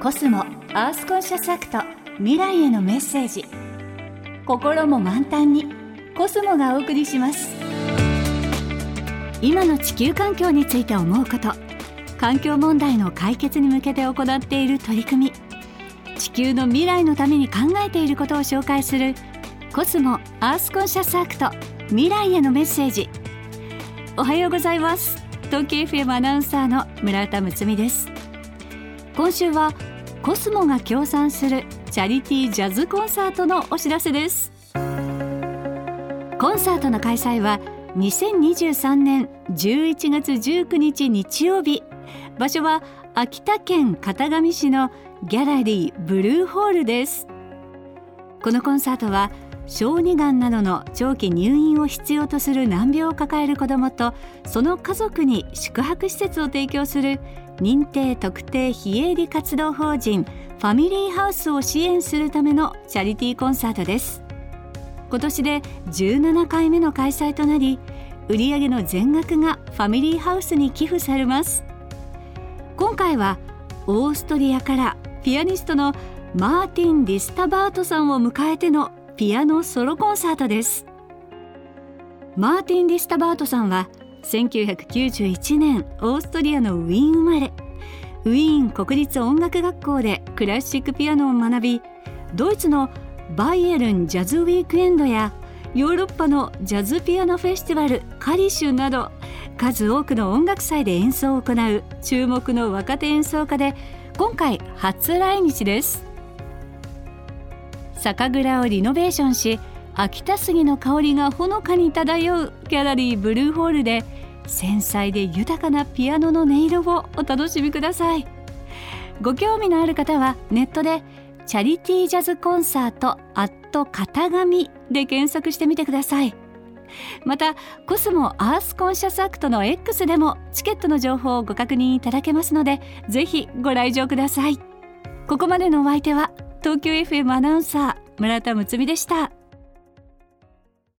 コスモアースコンシャスアクト、未来へのメッセージ。心も満タンに、コスモがお送りします。今の地球環境について思うこと、環境問題の解決に向けて行っている取り組み、地球の未来のために考えていることを紹介するコスモアースコンシャスアクト、未来へのメッセージ。おはようございます。東京 FM アナウンサーの村田睦美です。今週はコスモが協賛するチャリティージャズコンサートのお知らせです。コンサートの開催は2023年11月19日日曜日。場所は秋田県潟上市のギャラリーブルーホールです。このコンサートは小児がんなどの長期入院を必要とする難病を抱える子どもとその家族に宿泊施設を提供する認定特定非営利活動法人ファミリーハウスを支援するためのチャリティーコンサートです。今年で17回目の開催となり、売上の全額がファミリーハウスに寄付されます。今回はオーストリアからピアニストのマーティン・リスタバートさんを迎えてのピアノソロコンサートです。マーティン・リスタバートさんは1991年オーストリアのウィーン生まれ、ウィーン国立音楽学校でクラシックピアノを学び、ドイツのバイエルンジャズウィークエンドやヨーロッパのジャズピアノフェスティバルカリシュなど数多くの音楽祭で演奏を行う注目の若手演奏家で、今回初来日です。酒蔵をリノベーションし、秋田杉の香りがほのかに漂うギャラリーブルーホールで繊細で豊かなピアノの音色をお楽しみください。ご興味のある方はネットでチャリティージャズコンサート型紙で検索してみてください。またコスモアースコンシャスアクトの X でもチケットの情報をご確認いただけますので、ぜひご来場ください。ここまでのお相手は東京 FM アナウンサー村田睦美でした。